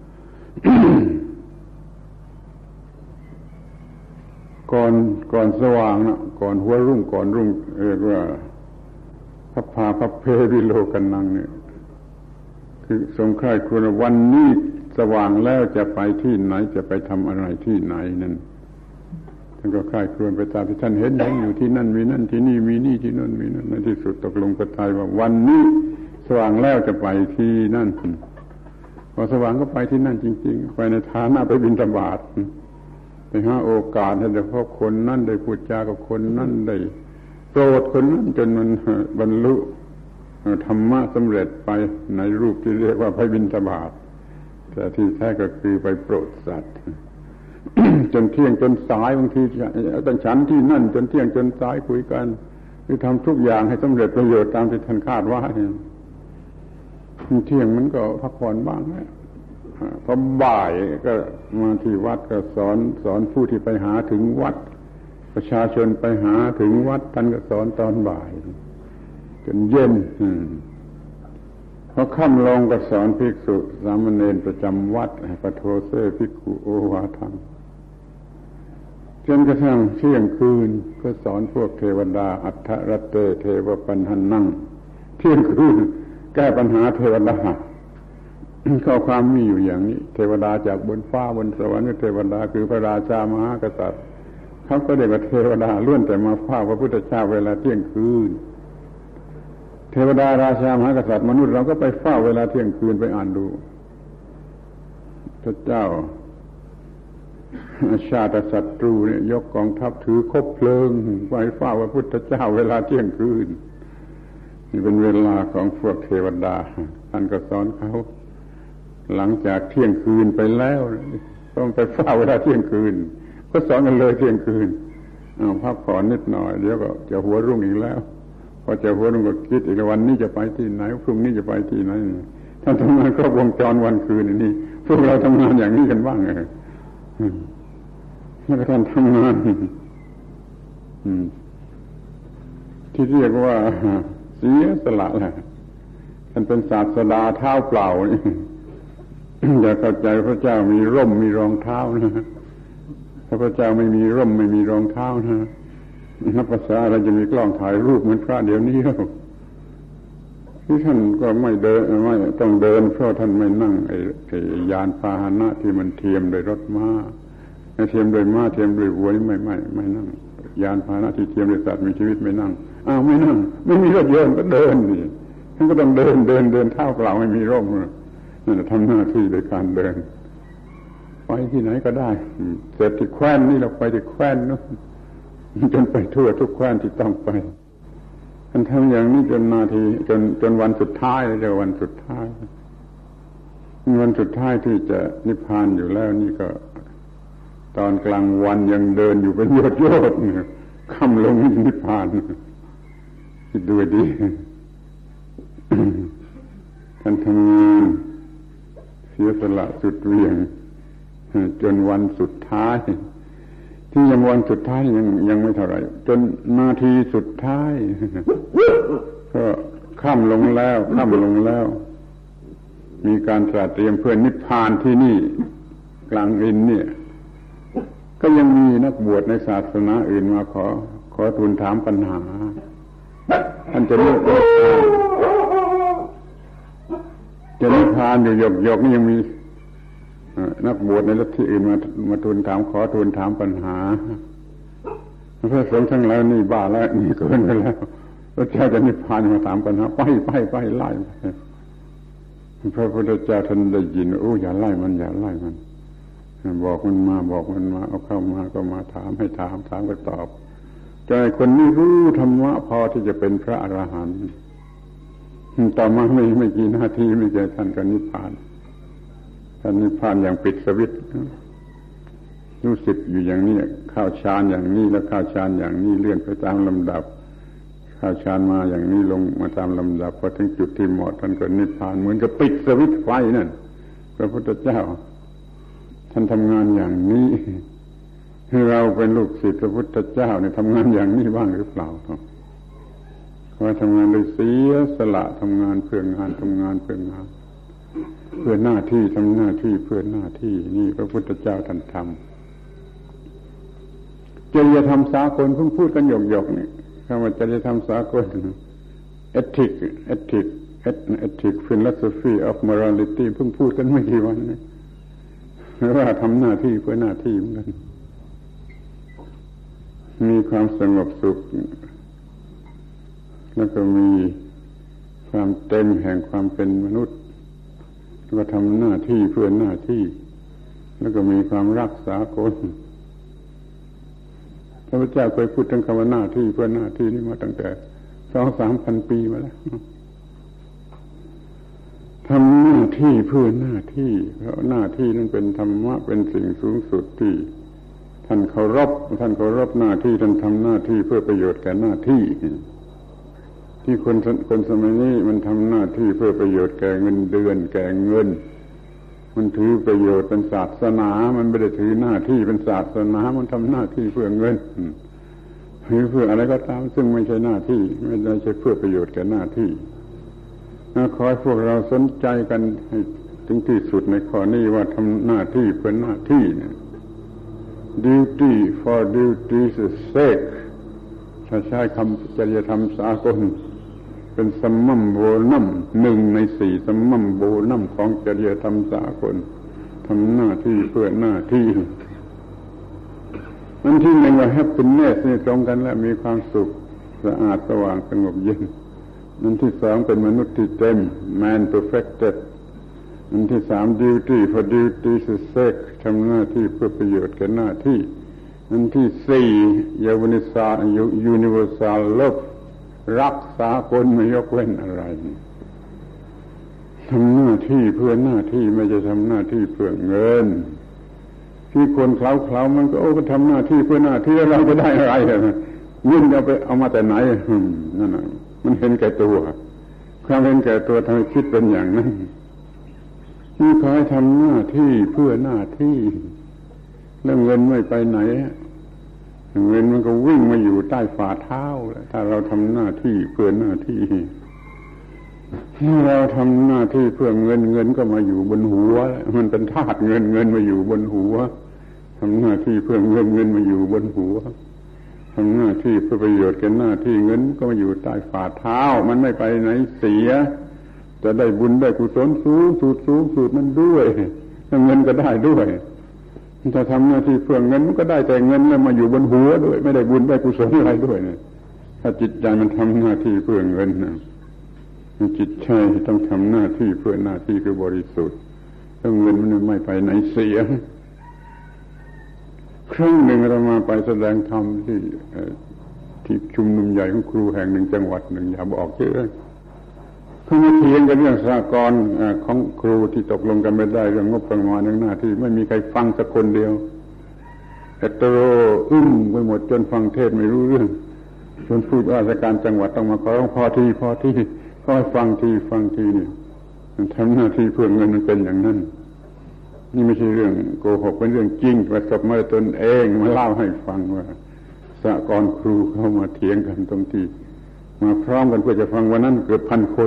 ก่อนก่อนสว่างนะก่อนหัวรุ่งก่อนรุ่งเรียกว่าพัพพาพัพเพวิโลกันนังเนี่ยคือทรงใคร่ครวญวันนี้สว่างแล้วจะไปที่ไหนจะไปทำอะไรที่ไหนนั่นท่านก็ใคร่ครวญไปตามที่ท่านเห็นเห็นอยู่ที่นั่นมีนั่นที่นี่มีนี่ที่นั่นมีนั่นในที่สุดตกลงกันทัยว่าวันนี้สว่างแล้วจะไปที่นั่นพอสว่างก็ไปที่นั่นจริงๆไปในฐานะไปบิณฑบาตไปหาโอกาสให้ได้พบคนนั้นได้พูดจากับคนนั้นได้โปรดคนนั้นจนมันบรรลุธรรมะสำเร็จไปในรูปที่เรียกว่าไปบิณฑบาตแต่ที่แท้ก็คือไปโปรดสัตว์ จนเที่ยงจนสายบางทีต้องฉันที่นั่นจนเที่ยงจนสายคุยกันคือทำทุกอย่างให้สำเร็จประโยชน์ตามที่ท่านคาดไว้เที่ยงมันก็พักผ่อนบ้างนะพอบ่ายก็มาที่วัดก็สอนสอนผู้ที่ไปหาถึงวัดประชาชนไปหาถึงวัดท่านก็สอนตอนบ่ายจนเย็นพอค่ำลงก็สอนภิกษุสามเณรประจำวัดปโทเสภิกขุโอวาทังจนกระทั่งเที่ยงคืนก็สอนพวกเทวดาอัฏฐรัตเตเทวปัญหนังเที่ยงคืนแก้ปัญหาเทวดาข้อความมีอยู่อย่างนี้เทวดาจากบนฟ้าบนสวรรค์เทวดาคือพระราชามหากษัตริย์เขาก็เรียกว่าเทวดาล้วนแต่มาเฝ้าพระพุทธเจ้าเวลาเที่ยงคืนเทวดาราชามหากษัตริย์มนุษย์เราก็ไปเฝ้าเวลาเที่ยงคืนไปอ่านดูพระเจ้าชาติศัตรูเนี่ยยกกองทัพถือคบเพลิงไปเฝ้าพระพุทธเจ้าเวลาเที่ยงคืนนี่เป็นเวลาของพวกเทวดาท่านก็สอนเขาหลังจากเที่ยงคืนไปแล้วต้องไปเฝ้าเวลาเที่ยงคืนก็สอนกันเลยเที่ยงคืนอ้าวพักผ่อนนิดหน่อยเดี๋ยวก็จะหัวรุ่งอีกแล้วพอจะหัวรุ่งก็คิดอีกวันนี้จะไปที่ไหนพรุ่งนี้จะไปที่ไหนท่านทำงานครบวงจรวันคืนนี่พวกเราทำงานอย่างนี้กันบ้างเลยแล้วก็ท่านทำงานที่เรียกว่าเสียสละแหละท่านเป็นศาสดาเท้าเปล่านี่อย่าเข้าใจพระเจ้ามีร่มมีรองเท้านะถ้าพระเจ้าไม่มีร่มไม่มีรองเท้านะนับภาษาอะไรจะมีกล้องถ่ายรูปเหมือนพระเดี๋ยวนี้แล้วที่ท่านก็ไม่เดินไม่ต้องเดินเพราะท่านไม่นั่งไอ้ไอ้ยานพาหนะที่มันเทียมโดยรถม้าเทียมโดยม้าเทียมโดยวัวนี่ไม่ไม่ไม่นั่งยานพาหนะที่เทียมในสัตว์มีชีวิตไม่นั่งอ้าวไม่นั่งไม่มีรถยนต์ก็เดินดิท่านก็ต้องเดินเดินเดินเท้าเปล่าไม่มีร่มนั่นทำหน้าที่โดยการเดินไปที่ไหนก็ได้เสร็จที่แคว้นนี่เราไปที่แคว้นนู้นจนไปทั่วทุกแคว้นที่ต้องไปท่านทำอย่างนี้จนนาทีจนจนวันสุดท้ายเรียกวันสุดท้ายวันสุดท้ายที่จะนิพพานอยู่แล้วนี่ก็ตอนกลางวันยังเดินอยู่เป็นโยดโยดค่ำลงนิพพานคิดดูดีท่านทำงานเสียสละสุดเหวี่ยงจนวันสุดท้ายที่ยังวันสุดท้ายยังยังไม่เท่าไหร่จนนาทีสุดท้ายก็ค่ำลงแล้วค่ำลงแล้วมีการตระเตรียมเพื่อนิพพานที่นี่กลางอินเนี่ยก็ยังมีนักบวชในศาสนาอื่นมาขอขอทูลถามปัญหาท่านจะเลือกจะนิพพานอยู่หยกๆนี่ยังมีนักบวชในลัทธิอื่นมามาทูลถามขอทูลถามปัญหาพระสงฆ์ทั้งหลายนี่บ้าแล้วนี่เกินไปแล้วพระเจ้าจะนิพพานมาถามปัญหาไปไปไปไล่พระพุทธเจ้าท่านได้ยินโอ้อย่าไล่มันอย่าไล่มันบอกมันมาบอกมันมาเอาเข้ามาก็มาถามให้ถามถามก็ตอบจนคนนี้รู้ธรรมะพอที่จะเป็นพระอรหันต์ต่อมาไม่ไม่กี่นาทีไม่เจอท่านก็นิพพานท่านนิพพานอย่างปิดสวิตช์รู้สึกอยู่อย่างนี้เข้าฌานอย่างนี้แล้วเข้าฌานอย่างนี้เลื่อนไปตามลำดับเข้าฌานมาอย่างนี้ลงมาตามลำดับพอถึงจุดที่เหมาะท่านก็นิพพานเหมือนกับปิดสวิตช์ไฟนั่นพระพุทธเจ้าท่านทำงานอย่างนี้เราเป็นลูกศิษย์พระพุทธเจ้าเนี่ยทำงานอย่างนี้บ้างหรือเปล่าว่าทำงานโดยเสียสละทำงานเพื่องานทำงานเพื่องานเพื่อหน้าที่ทำหน้าที่เพื่อหน้าที่นี่พระพุทธเจ้าท่านทำจริยธรรมสากลเพิ่งพูดกันหยกๆนี่คำว่าจริยธรรมสากล ethic ethic ethic philosophy of morality เพิ่งพูดกันไม่กี่วันนี่ว่าทำหน้าที่เพื่อหน้าที่เหมือนกันมีความสงบสุขแล้วก็มีความเต็มแห่งความเป็นมนุษย์แล้วก็ทำหน้าที่เพื่อหน้าที่แล้วก็มีความรักษาคนพระพุทธเจ้าเคยพูดถึงคำว่าหน้าที่เพื่อหน้าที่นี่มาตั้งแต่สองสามพันปีมาแล้วทำหน้าที่เพื่อหน้าที่เพราะหน้าที่นั้นเป็นธรรมะเป็นสิ่งสูงสุดที่ท่านเคารพท่านเคารพหน้าที่ท่านทำหน้าที่เพื่อประโยชน์แก่หน้าที่ที่คนคนสมัยนี้มันทำหน้าที่เพื่อประโยชน์แก่เงินเดือนแก่เงินมันถือประโยชน์เป็นศาสนามันไม่ได้ถือหน้าที่เป็นศาสนามันทำหน้าที่เพื่อเงินหรือเพื่ออะไรก็ตามซึ่งไม่ใช่หน้าที่ไม่ได้ใช่เพื่อประโยชน์แก่หน้าที่ขอให้พวกเราสนใจกันให้ถึงที่สุดในข้อนี้ว่าทำหน้าที่เพื่อหน้าที่เนี่ย duty for duty's sake ถ้าใช้คำจริยธรรมสากลเป็นสัมมัมโบนัมหนึ่งในสี่สัมมัมโบนัมของจริยธรรมสากลทำหน้าที่เพื่อหน้าที่อันที่หนึ่งว่า happiness นี่ตรงกันและมีความสุขสะอาดสว่างสงบเย็นอันที่สองเป็นมนุษย์ที่เต็ม man perfected อันที่สาม duty for duty's sake ทำหน้าที่เพื่อประโยชน์แก่หน้าที่อันที่สี่ universal universal love รักษาคนไม่ยกเว้นอะไรทำหน้าที่เพื่อหน้าที่ไม่จะทำหน้าที่เพื่อเงินที่คนเคล้าๆมันก็โอ้ก็ทำหน้าที่เพื่อหน้าที่เราจะได้อะไรเงินเอาไปเอามาแต่ไหนนั่นน่ะมันเห็นแก่ตัวความเห็นแก่ตัวทำให้คิดเป็นอย่างนั้นนี่ขอให้ทำหน้าที่เพื่อหน้าที่แล้วเงินไม่ไปไหนเงินมันก็วิ่งมาอยู่ใต้ฝ่าเท้าถ้าเราทำหน้าที่เพื่อหน้าที่ถ้าเราทำหน้าที่เพื่อเงินเงินก็มาอยู่บนหัวมันเป็นธาตุเงินเงินมาอยู่บนหัวทำหน้าที่เพื่อเงินเงินมาอยู่บนหัวทำหน้าที่เพื่อประโยชน์แก่หน้าที่เงินก็มาอยู่ใต้ฝ่าเท้ามันไม่ไปไหนเสียจะได้บุญได้กุศลสูงสุดสูงสุดมันด้วยเงินก็ได้ด้วยถ้าทำหน้าที่เพื่อเงินมันก็ได้แต่เงินแล้วมาอยู่บนหัวด้วยไม่ได้บุญได้กุศลอะไรด้วยนะถ้าจิตใจมันทำหน้าที่เพื่อเงินนะจิตใจต้องทำหน้าที่เพื่อหน้าที่คือบริสุทธิ์ถ้าเงินมันไม่ไปไหนเสียครั้งหนึ่งเรามาไปแสดงธรรมที่ที่ชุมนุมใหญ่ของครูแห่งหนึ่งจังหวัดหนึ่งอย่าบอกชื่อเขามาเถียงกันเรื่องสหกรณ์ของครูที่ตกลงกันไม่ได้เรื่องงบประมาณเรื่องหน้าที่ไม่มีใครฟังสักคนเดียวเอตโรอึ้งไปหมดจนฟังเทศไม่รู้เรื่องจนผู้ว่าราชการจังหวัดต้องมาขอร้องพอทีพอทีก็ให้ฟังทีฟังทีนี่ทำหน้าที่เพื่อเงินมันเป็นอย่างนั้นนี่ไม่ใช่เรื่องโกหกเป็นเรื่องจริงประสบมาตนเองมาเล่าให้ฟังว่าสหกรณ์ครูเข้ามาเถียงกันตรงที่มาพร้อมกันเพื่อจะฟังวันนั้นเกือบพันคน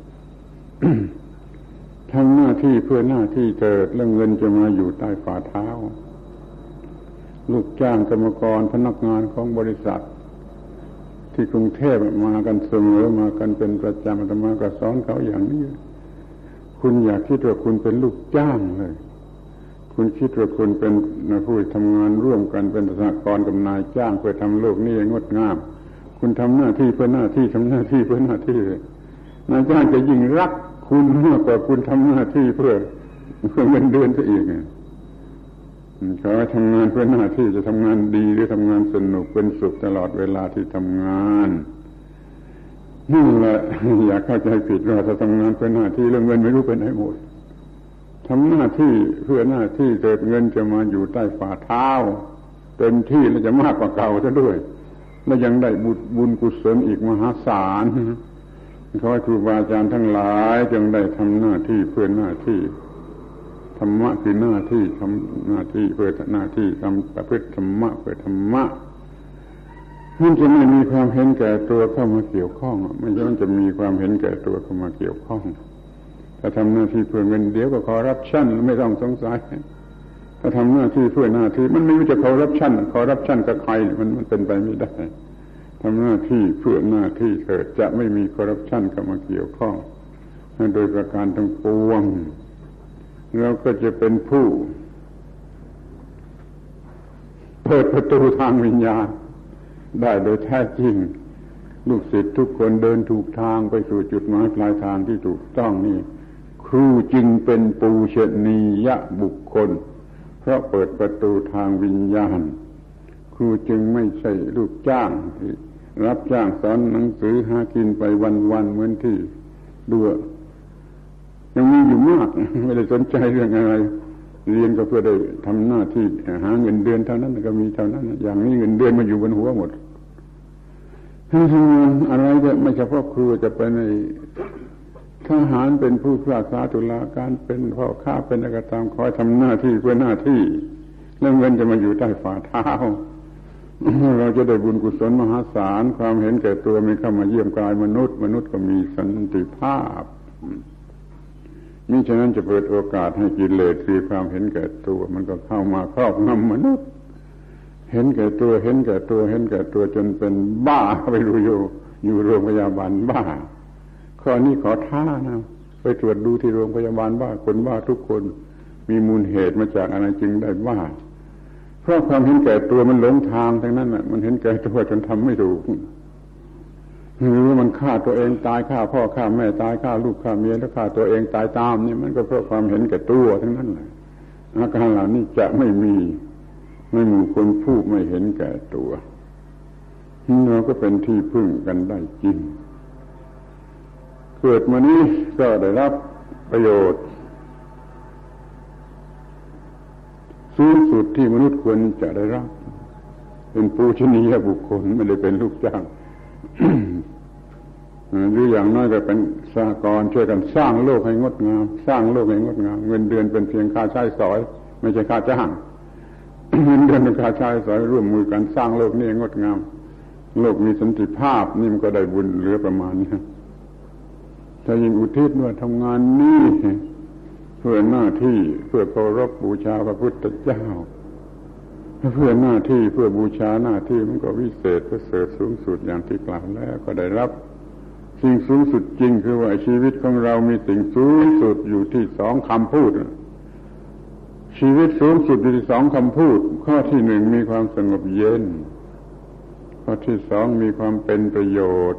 ทำหน้าที่เพื่อหน้าที่เกิดแล้วเงินจะมาอยู่ใต้ฝ่าเท้าลูกจ้างกรรมกรพนักงานของบริษัทที่กรุงเทพมากันเสมอมากันเป็นประจำอาตมาก็สอนเขาอย่างนี้คุณอยากคิดว่าคุณเป็นลูกจ้างเลยคุณคิดว่าคุณเป็นผู้ทำงานร่วมกันเป็นสหกรณ์กับนายจ้างเพื่อทำโลกนี้ให้งดงามคุณทำหน้าที่เพื่อหน้าที่ทำหน้าที่เพื่อหน้าที่นายจ้างจะยิ่งรักคุณมากกว่าคุณทำหน้าที่เพื่อเพื่อเงินเดือนซะอีกเขาทำงานเพื่อหน้าที่จะทำงานดีหรือทำงานสนุกเป็นสุขตลอดเวลาที่ทำงานนี่แหละอย่าเข้าใจผิดว่าถ้าทำงานเพื่อหน้าที่เรื่องเงินไม่รู้เป็นไหนหมดทำหน้าที่เพื่อหน้าที่เกิดเงินจะมาอยู่ใต้ฝ่าเท้าเต็มที่และจะมากกว่าเก่าซะด้วยและยังได้บุญบุญกุศลอีกมหาศาลขอให้ครูบาอาจารย์ทั้งหลายจงได้ทำหน้าที่เพื่อหน้าที่ธรรมะคือหน้าที่ทำหน้าที่เพื่อหน้าที่ทำประพฤติธรรมะเพื่อธรรมะมันจะไม่มีความเห็นแก่ตัวเข้ามาเกี่ยวข้องไม่ใช่มันจะมีความเห็นแก่ตัวเข้ามาเกี่ยวข้องถ้าทำหน้าที่เพื่อเงินเดี๋ยวก็คอร์รัปชันไม่ต้องสงสัยถ้าทำหน้าที่เพื่อหน้าที่มันไม่รู้จะคอร์รัปชันคอร์รัปชันกับใครมันมันเป็นไปไม่ได้ทำหน้าที่เพื่อหน้าที่เกิดจะไม่มีคอร์รัปชันเข้ามาเกี่ยวข้องโดยประการทั้งปวงเราก็จะเป็นผู้เปิดประตูทางวิญญาณได้โดยแท้จริงลูกศิษย์ทุกคนเดินถูกทางไปสู่จุดหมายปลายทางที่ถูกต้องนี่ครูจึงเป็นปูชนียบุคคลเพราะเปิดประตูทางวิญญาณครูจึงไม่ใช่ลูกจ้างที่รับจ้างสอนหนังสือหากินไปวันๆเหมือนที่ดูยังมีอยู่มากไม่ได้สนใจเรื่องอะไรเรียนก็เพื่อได้ทำหน้าที่หาเงินเดือนเท่านั้นก็มีเท่านั้นอย่างนี้เงินเดือนมาอยู่บนหัวหมดถ้าทำงานอะไรก็ไม่เฉพาะครูจะเป็นในทหารเป็นผู้พิพากษาตุลาการเป็นพ่อค้าเป็นอะไรก็ตามคอยทำหน้าที่เพื่อหน้าที่แล้วเงินจะมาอยู่ใต้ฝ่าเท้าเราจะได้บุญกุศลมหาศาลความเห็นแก่ตัวไม่เข้ามาเยี่ยมกายมนุษย์มนุษย์ก็มีสันติภาพมิฉะนั้นจะเปิดโอกาสให้กิเลสคือความเห็นแก่ตัวมันก็เข้ามาครอบงำมนุษย์เห็นแก่ตัวเห็นแก่ตัวเห็นแก่ตัวจนเป็นบ้าไปรู้อยู่อยู่โรงพยาบาลบ้าข้อนี้ขอท้านะไปตรวจดูที่โรงพยาบาลบ้าคนบ้าทุกคนมีมูลเหตุมาจากอะไรจึงได้บ้าเพราะความเห็นแก่ตัวมันหลงทางทั้งนั้นน่ะมันเห็นแก่ตัวจนทำไม่ถูกหรือมันฆ่าตัวเองตายฆ่าพ่อฆ่าแม่ตายฆ่าลูกฆ่าเมียแล้วฆ่าตัวเองตายตามนี่มันก็เพราะความเห็นแก่ตัวทั้งนั้นแหละอาการเหล่านี้จะไม่มีในหมู่คนผู้ไม่เห็นแก่ตัวเราก็เป็นที่พึ่งกันได้จริงเกิดมานี้ก็ได้รับประโยชน์สูงสุดที่มนุษย์ควรจะได้รับเป็นปูชนียบุคคลไม่ได้เป็นลูกจ้าง หรืออย่างน้อยก็เป็นสหกรณ์ช่วยกันสร้างโลกให้งดงามสร้างโลกให้งดงามเงินเดือนเป็นเพียงค่าใช้สอยไม่ใช่ค่าจ้าง เงินเดือนเป็นค่าใช้สอยร่วมมือกันสร้างโลกนี้งดงามโลกมีสันติภาพนี่มันก็ได้บุญเหลือประมาณนี้ถ้ายิ่งอุทิศว่าทำงานนี้เพื่อหน้าที่เพื่อเคารพบูชาพระพุทธเจ้าเพื่อหน้าที่เพื่อบูชาหน้าที่มันก็วิเศษประเสริฐสูงสุดอย่างที่กล่าวแล้วก็ได้รับสิ่งสูงสุดจริงคือว่าชีวิตของเรามีสิ่งสูงสุดอยู่ที่สองคำพูดชีวิตสูงสุดอยู่ที่สองคำพูดข้อที่หนึ่งมีความสงบเย็นข้อที่สองมีความเป็นประโยชน์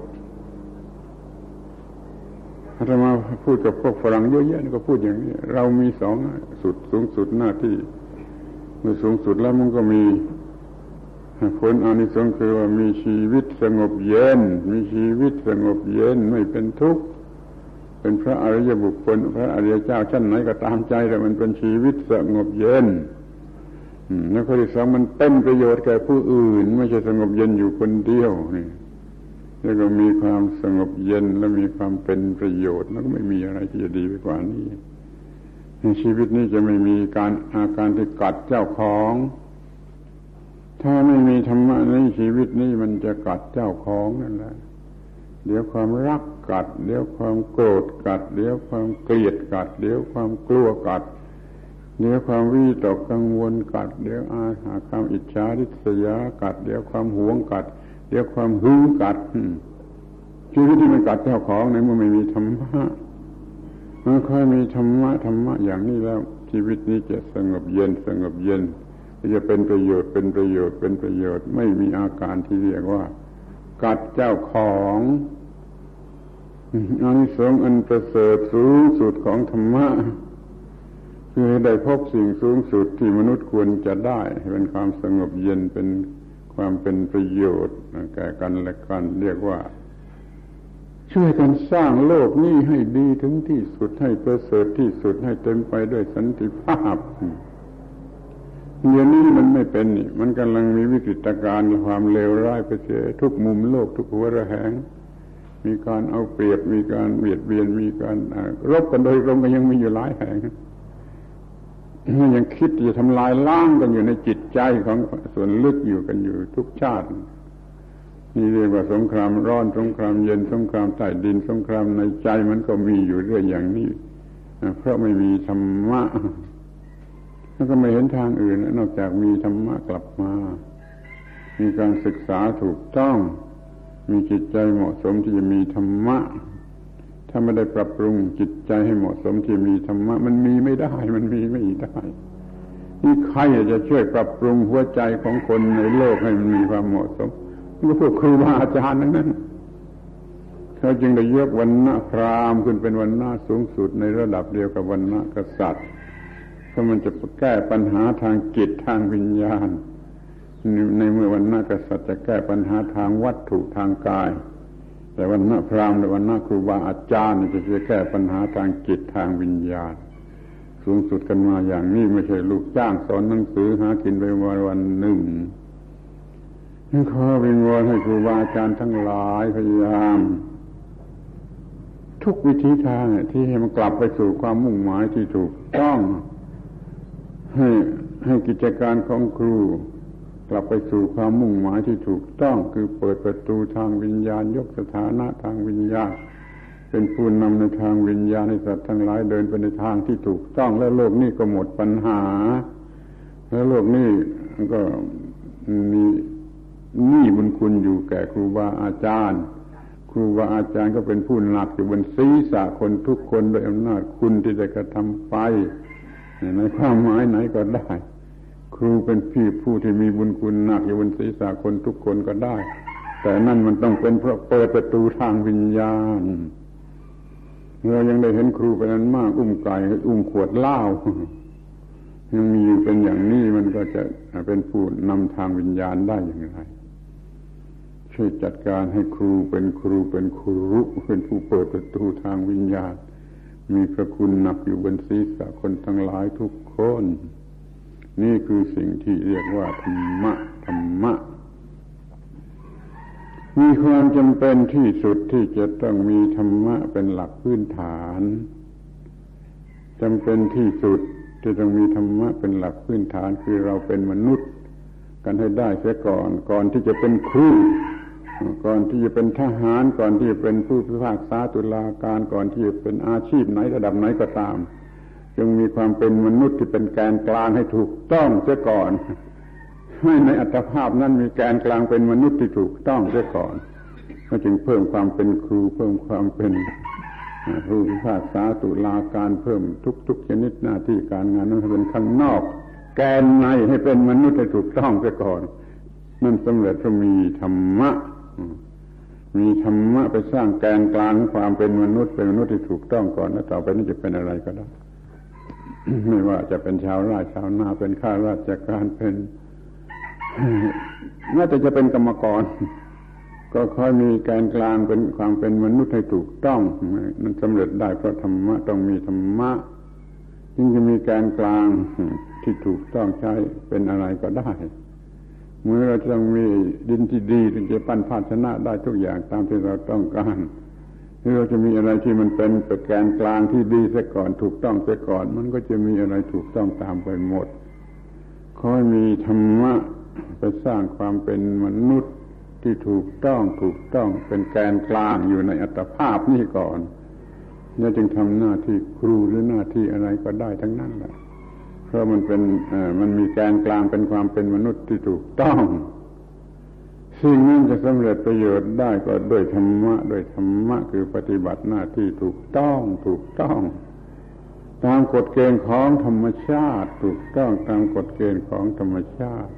อาตมาพูดกับพวกฝรั่งเยอะแยะก็พูดอย่างนี้เรามีสองสุดสูงสุดหน้าที่เมื่อสูงสุดแล้วมันก็มีผลอานิสงส์คือว่ามีชีวิตสงบเย็นมีชีวิตสงบเย็นไม่เป็นทุกข์เป็นพระอริยบุคคลพระอริยเจ้าชั้นไหนก็ตามใจแต่มันเป็นชีวิตสงบเย็นแล้วข้อที่สองมันเป็นประโยชน์แก่ผู้อื่นไม่ใช่สงบเย็นอยู่คนเดียวนี่แล้วก็มีความสงบเย็นและมีความเป็นประโยชน์แล้วก็ไม่มีอะไรที่จะดีไปกว่านี้ชีวิตนี้จะไม่มีการอาการที่กัดเจ้าของถ้าไม่มีธรรมะในชีวิตนี้มันจะกัดเจ้าของนั่นแหละเดี๋ยวความรักกัดเดี๋ยวความโกรธกัดเดี๋ยวความเกลียดกัดเดี๋ยวความกลัวกัดเดี๋ยวความวิตกกังวลกัดเดี๋ยวอาหาความอิจฉาริษยากัดเดี๋ยวความหวงกัดเดี๋ยวความหึงกัดชีวิตที่มันกัดเจ้าของในเมื่อไม่มีธรรมะเมื่อค่อยมีธรรมะธรรมะอย่างนี้แล้วชีวิตนี้จะสงบเย็นสงบเย็นจะเป็นประโยชน์เป็นประโยชน์เป็นประโยชน์ไม่มีอาการที่เรียกว่ากัดเจ้าของอานิสงส์อันประเสริฐสูงสุดของธรรมะคือได้พบสิ่งสูงสุดที่มนุษย์ควรจะได้เป็นความสงบเย็นเป็นความเป็นประโยชน์แก่กันและกันเรียกว่าช่วยกันสร้างโลกนี้ให้ดีถึงที่สุดให้ประเสริฐที่สุดให้เต็มไปด้วยสันติภาพเดี๋ยวนี้มันไม่เป็นนี่มันกำลังมีวิกฤตการณ์ความเลวร้ายไปเสียทุกมุมโลกทุกหัวระแหงมีการเอาเปรียบมีการเบียดเบียนมีการรบกันโดยตรงก็ยังมีอยู่หลายแห่งยังคิดจะทำลายล้างกันอยู่ในจิตใจของส่วนลึกอยู่กันอยู่ทุกชาตินี่เรียกว่าสงครามร้อนสงครามเย็นสงครามใต้ดินสงครามในใจมันก็มีอยู่เรื่อยอย่างนี้เพราะไม่มีธรรมะแล้วก็ไม่เห็นทางอื่นนอกจากมีธรรมะกลับมามีการศึกษาถูกต้องมีจิตใจเหมาะสมที่จะมีธรรมะถ้าไม่ได้ปรับปรุงจิตใจให้เหมาะสมที่มีธรรมะมันมีไม่ได้มันมีไม่ได้นี่ใครจะช่วยปรับปรุงหัวใจของคนในโลกให้มันมีความเหมาะสมก็พวกครูบาอาจารย์นั้นเขาจึงได้ยกวรรณะพราหมณ์ขึ้นเป็นวรรณะสูงสุดในระดับเดียวกับวรรณะกษัตริย์เพราะมันจะแก้ปัญหาทางจิตทางวิญญาณในเมื่อวรรณะกษัตริย์จะแก้ปัญหาทางวัตถุทางกายแต่วรรณะพราหมณ์และวรรณะครูบาอาจารย์จะจะแก้ปัญหาทางจิตทางวิญญาณสูงสุดกันมาอย่างนี้ไม่ใช่ลูกจ้างสอนหนังสือหากินไปวันวันหนึ่งขอวิงวอนให้ครูบาอาจารย์ทั้งหลายพยายามทุกวิธีทางที่ให้มันกลับไปสู่ความมุ่งหมายที่ถูกต้องให้ให้กิจการของครูกลับไปสู่ความมุ่งหมายที่ถูกต้องคือเปิดประตูทางวิญญาณยกสถานะทางวิญญาณเป็นผู้นำในทางวิญญาณให้สัตว์ทั้งหลายเดินไปในทางที่ถูกต้องและโลกนี้ก็หมดปัญหาและโลกนี้ก็มีหนี้บุญคุณอยู่แก่ครูบาอาจารย์ครูบาอาจารย์ก็เป็นผู้หนักอยู่บนศีรษะคนทุกคนโดยอำนาจคุณที่ได้กระทำไปในความหมายไหนก็ได้ครูเป็นพี่ผู้ที่มีบุญคุณหนักอยู่บนศีรษะคนทุกคนก็ได้แต่นั่นมันต้องเป็นเพราะเปิดประตูทางวิญญาณเรายังได้เห็นครูเป็นอันมากอุ้มไก่อุ้มขวดเหล้ายังมีอยู่เป็นอย่างนี้มันก็จะเป็นผู้นำทางวิญญาณได้อย่างไรช่วยจัดการให้ครูเป็นครูเป็นครูเป็นผู้เปิดประตูทางวิญญาณมีพระคุณหนักอยู่บนศีรษะคนทั้งหลายทุกคนนี่คือสิ่งที่เรียกว่าธรรมะธรรมะมีความจำเป็นที่สุดที่จะต้องมีธรรมะเป็นหลักพื้นฐานจำเป็นที่สุดที่ต้องมีธรรมะเป็นหลักพื้นฐานคือเราเป็นมนุษย์กันให้ได้เสียก่อนก่อนที่จะเป็นครูก่อนที่จะเป็นทหารก่อนที่จะเป็นผู้พิพากษาตุลาการก่อนที่จะเป็นอาชีพไหนระดับไหนก็ตามจงมีความเป็นมนุษย์ที่เป็นแกนกลางให้ถูกต้องเสียก่อนให้ในอัตภาพนั้นมีแกนกลางเป็นมนุษย์ที่ถูกต้องเสียก่อนก็จึงเพิ่มความเป็นครูเพิ่มความเป็นผู้พิพากษาตุลาการเพิ่มทุกๆชนิดหน้าที่การงานนั้นให้เป็นข้างนอกแกนในให้เป็นมนุษย์ให้ถูกต้องซะก่อนนั่นสำเร็จเพราะมีธรรมะมีธรรมะไปสร้างแกนกลางความเป็นมนุษย์เป็นมนุษย์ที่ถูกต้องก่อนแล้วต่อไปนี้จะเป็นอะไรก็ได้ ไม่ว่าจะเป็นชาวไร่ชาวนาเป็นข้าราชการเป็นน่าจะจะเป็นกรรมกรก็ค่อยมีแกนกลางเป็นความเป็นมนุษย์ให้ถูกต้องมันสำเร็จได้เพราะธรรมะต้องมีธรรมะจึงจะมีแกนกลางที่ถูกต้องใช้เป็นอะไรก็ได้เมื่อเราต้องมีดินที่ดีถึงจะปั้นภาชนะได้ทุกอย่างตามที่เราต้องการถ้าเราจะมีอะไรที่มันเป็นแกนกลางที่ดีซะก่อนถูกต้องซะก่อนมันก็จะมีอะไรถูกต้องตามไปหมดค่อยมีธรรมะไปสร้างความเป็นมนุษย์ที่ถูกต้องถูกต้องเป็นแกนกลางอยู่ในอัตภาพนี่ก่อนแล้วจึงทำหน้าที่ครูหรือหน้าที่อะไรก็ได้ทั้งนั้นแหละเพราะมันเป็นเอ่อมันมีแกนกลางเป็นความเป็นมนุษย์ที่ถูกต้องสิ่งนั้นจะสำเร็จประโยชน์ได้ก็ด้วยธรรมะด้วยธรรมะคือปฏิบัติหน้าที่ถูกต้องถูกต้องตามกฎเกณฑ์ของธรรมชาติถูกต้องตามกฎเกณฑ์ของธรรมชาติ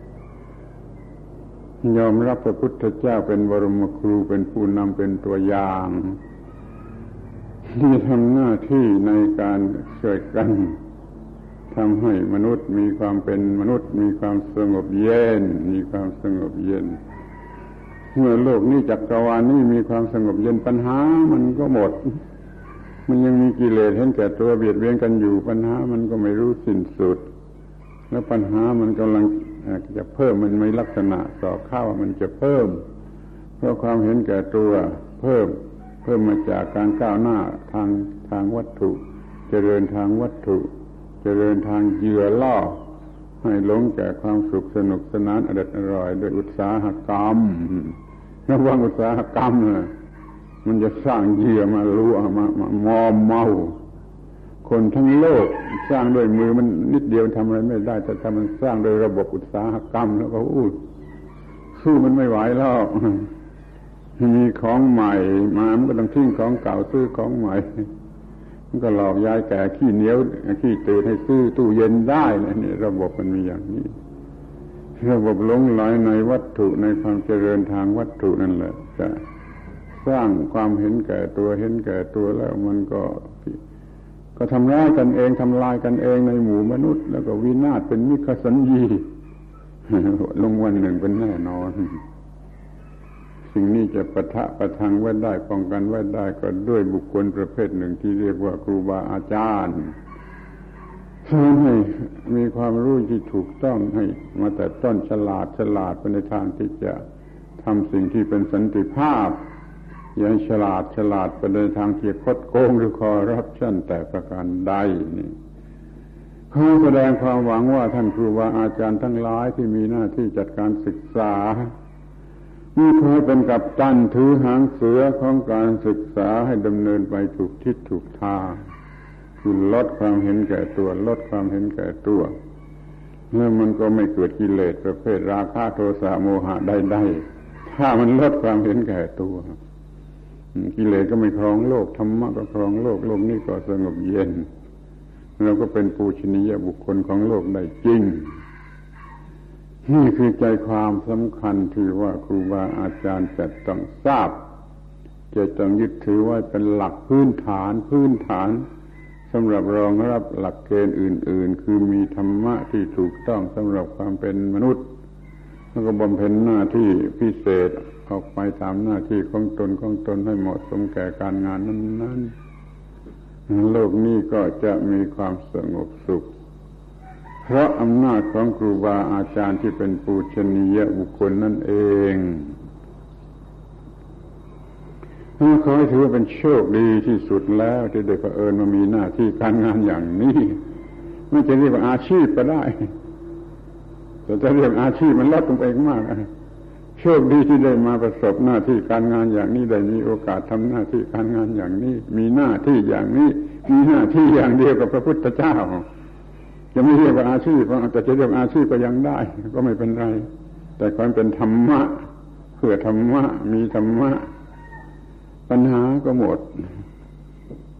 ยอมรับพระพุทธเจ้าเป็นบรมครูเป็นผู้นำเป็นตัวอย่างที่ทำหน้าที่ในการช่วยกันทำให้มนุษย์มีความเป็นมนุษย์มีความสงบเย็นมีความสงบเย็นเมื่อโลกนี้จักรวาลนี้มีความสงบเย็นปัญหามันก็หมดมันยังมีกิเลสเห็นแก่ตัวเบียดเบียนกันอยู่ปัญหามันก็ไม่รู้สิ้นสุดแล้วปัญหามันกำลังจะเพิ่มมันมีลักษณะสอบเข้ามันจะเพิ่มเพราะความเห็นแก่ตัวเพิ่มเพิ่มมาจากการก้าวหน้าทางทางวัตถุเจริญทางวัตถุเจริญทางเหยื่อล่อให้หลงแก่ความสุขสนุกสนานอร่อยอร่อยด้วยอุตสาหกรรมระวังอุตสาหกรรมนะมันจะสร้างเหยื่อมารู้มามามอมเมาคนทั้งโลกสร้างด้วยมือมันนิดเดียวทำอะไรไม่ได้แต่ถ้ามันสร้างโดยระบบอุตสาหกรรมแล้วก็อู้สู้มันไม่ไหวแล้วมีของใหม่มามันก็ต้องทิ้งของเก่าซื้อของใหม่มันก็หลอกยายแก่ขี้เหนียวขี้ตื่นให้ซื้อตู้เย็นได้นี่ระบบมันมีอย่างนี้ระบบหลงไหลในวัตถุในความเจริญทางวัตถุนั่นแหละจะสร้างความเห็นแก่ตัวเห็นแก่ตัวแล้วมันก็ก็ทำร้ายกันเองทำลายกันเองในหมู่มนุษย์แล้วก็วินาศเป็นมิขสัญญีลงวันหนึ่งเป็นแน่นอนสิ่งนี้จะปะทะประทังไว้ได้ป้องกันไว้ได้ก็ด้วยบุคคลประเภทหนึ่งที่เรียกว่าครูบาอาจารย์สอนให้มีความรู้ที่ถูกต้องให้มาแต่ต้นฉลาดฉลาดไปในทางที่จะทำสิ่งที่เป็นสันติภาพอย่างฉลาดฉลาดไปในทางที่คดโกงหรือคอร์รัปชันแต่ประการใดนี่ขอแสดงความหวังว่าท่านครูบาอาจารย์ทั้งหลายที่มีหน้าที่จัดการศึกษามีเคยเป็นกัปตันถือหางเสือของการศึกษาให้ดำเนินไปถูกทิศถูกทางคือลดความเห็นแก่ตัวลดความเห็นแก่ตัวแล้วมันก็ไม่เกิดกิเลสประเภทราคะโทสะโมหะใดๆถ้ามันลดความเห็นแก่ตัวกิเลสก็ไม่ครองโลกธรรมะก็ครองโลกโลกนี้ก็สงบเย็นเราก็เป็นปูชนียบุคคลของโลกได้จริงนี่คือใจความสำคัญที่ว่าครูบาอาจารย์จะต้องทราบจะต้องยึดถือไว้เป็นหลักพื้นฐานพื้นฐานสำหรับรองรับหลักเกณฑ์อื่นๆคือมีธรรมะที่ถูกต้องสำหรับความเป็นมนุษย์แล้วก็บำเพ็ญหน้าที่พิเศษออกไปตามหน้าที่ของตนของตนให้เหมาะสมแก่การงานนั้นๆโลกนี้ก็จะมีความสงบสุขเพราะอำนาจของครูบาอาจารย์ที่เป็นปูชนียบุคคลนั่นเองขอให้ถือว่าเป็นโชคดีที่สุดแล้วที่ได้เผอิญมามีหน้าที่การงานอย่างนี้ไม่จะเรียกว่าอาชีพก็ได้แต่จะเรียกอาชีพมันลดลงไปมากโชคดีที่ได้มาประสบหน้าที่การงานอย่างนี้ได้มีโอกาสทำหน้าที่การงานอย่างนี้มีหน้าที่อย่างนี้มีหน้าที่อย่างเดียวกับพระพุทธเจ้าจะไม่เรียกว่าอาชีพแต่จะเรียกอาชีพก็ยังได้ก็ไม่เป็นไรแต่ความเป็นธรรมะเพื่อธรรมะมีธรรมะปัญหาก็หมด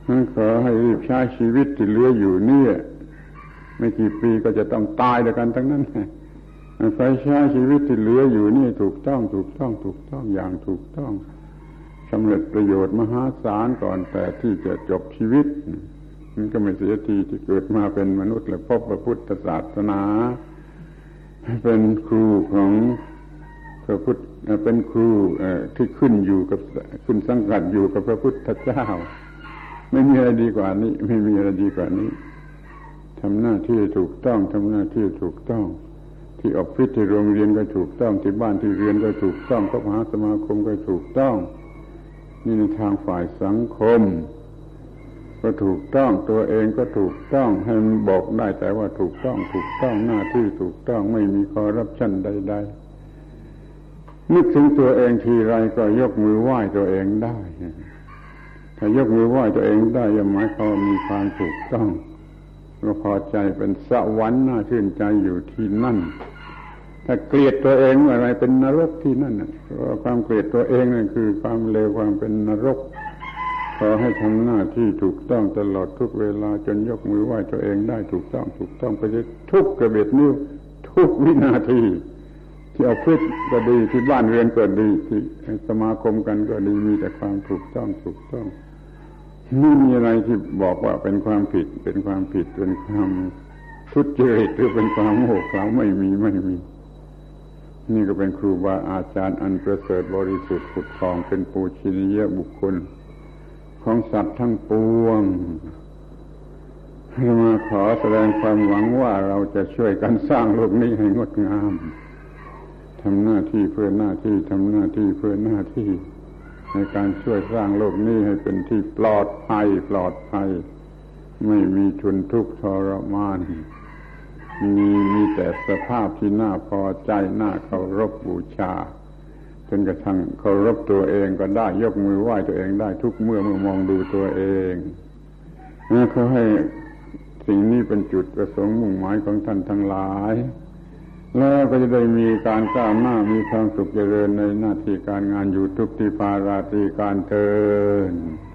ขอให้รีบใช้ชีวิตที่เหลืออยู่นี่ไม่กี่ปีก็จะต้องตายด้วยกันทั้งนั้นไปใช้ชีวิตที่เหลืออยู่นี่ถูกต้องถูกต้องถูกต้องอย่างถูกต้องสำเร็จประโยชน์มหาศาลก่อนแต่ที่จะจบชีวิตมันก็ไม่เสียทีที่เกิดมาเป็นมนุษย์และพบพระพุทธศาสนาเป็นครูของพระพุทธเป็นครูที่ขึ้นอยู่กับขึ้นสังกัดอยู่กับพระพุทธเจ้าไม่มีอะไรดีกว่านี้ไม่มีอะไรดีกว่านี้ทำหน้าที่ถูกต้องทำหน้าที่ถูกต้องที่ออฟฟิศที่โรงเรียนก็ถูกต้องที่บ้านที่เรียนก็ถูกต้องพระมหาสมาคมก็ถูกต้องนี่ในทางฝ่ายสังคมก็ถูกต้องตัวเองก็ถูกต้องให้มันบอกได้แต่ว่าถูกต้องถูกต้องหน้าที่ถูกต้องไม่มีคอร์รัปชันใดๆนึกถึงตัวเองทีไรก็ยกมือไหว้ตัวเองได้ถ้ายกมือไหว้ตัวเองได้ย่อมหมายความมีความถูกต้องก็พอใจเป็นสวรรค์น่าชื่นใจอยู่ที่นั่นถ้าเกลียดตัวเองอะไรเป็นนรกที่นั่นน่ะเพราะความเกลียดตัวเองนั่นคือความเลวความเป็นนรกขอให้ทำหน้าที่ถูกต้องตลอดทุกเวลาจนยกมือไหว้ตัวเองได้ถูกต้องถูกต้องไปทุกกระเบียดนิ้วทุกวินาทีที่ออฟฟิศก็ดีที่บ้านเรือนก็ดีที่สมาคมกันก็ดีมีแต่ความถูกต้องถูกต้องไม่มีอะไรที่บอกว่าเป็นความผิดเป็นความผิดเป็นความทุจริตหรือเป็นความโง่เขลาไม่มีไม่มีนี่ก็เป็นครูบาอาจารย์อันประเสริฐบริสุทธิ์ผุดผ่องเป็นปูชนียบุคคลของสัตว์ทั้งปวงมาขอแสดงความหวังว่าเราจะช่วยกันสร้างโลกนี้ให้งดงามทำหน้าที่เพื่อหน้าที่ทำหน้าที่เพื่อหน้าที่ในการช่วยสร้างโลกนี้ให้เป็นที่ปลอดภัยปลอดภัยไม่มีทนทุกข์ทรมานมีมีแต่สภาพที่น่าพอใจน่าเคารพบูชาจนกระทั่งเคารพตัวเองก็ได้ยกมือไหว้ตัวเองได้ทุกเมื่อเมื่อมองดูตัวเองนะเขาให้สิ่งนี้เป็นจุดประสงค์มุ่งหมายของท่านทั้งหลายแล้วก็จะได้มีการก้าวหน้ามีความสุขเจริญในหน้าที่การงานอยู่ทุกที่ภาราตรีการเทิน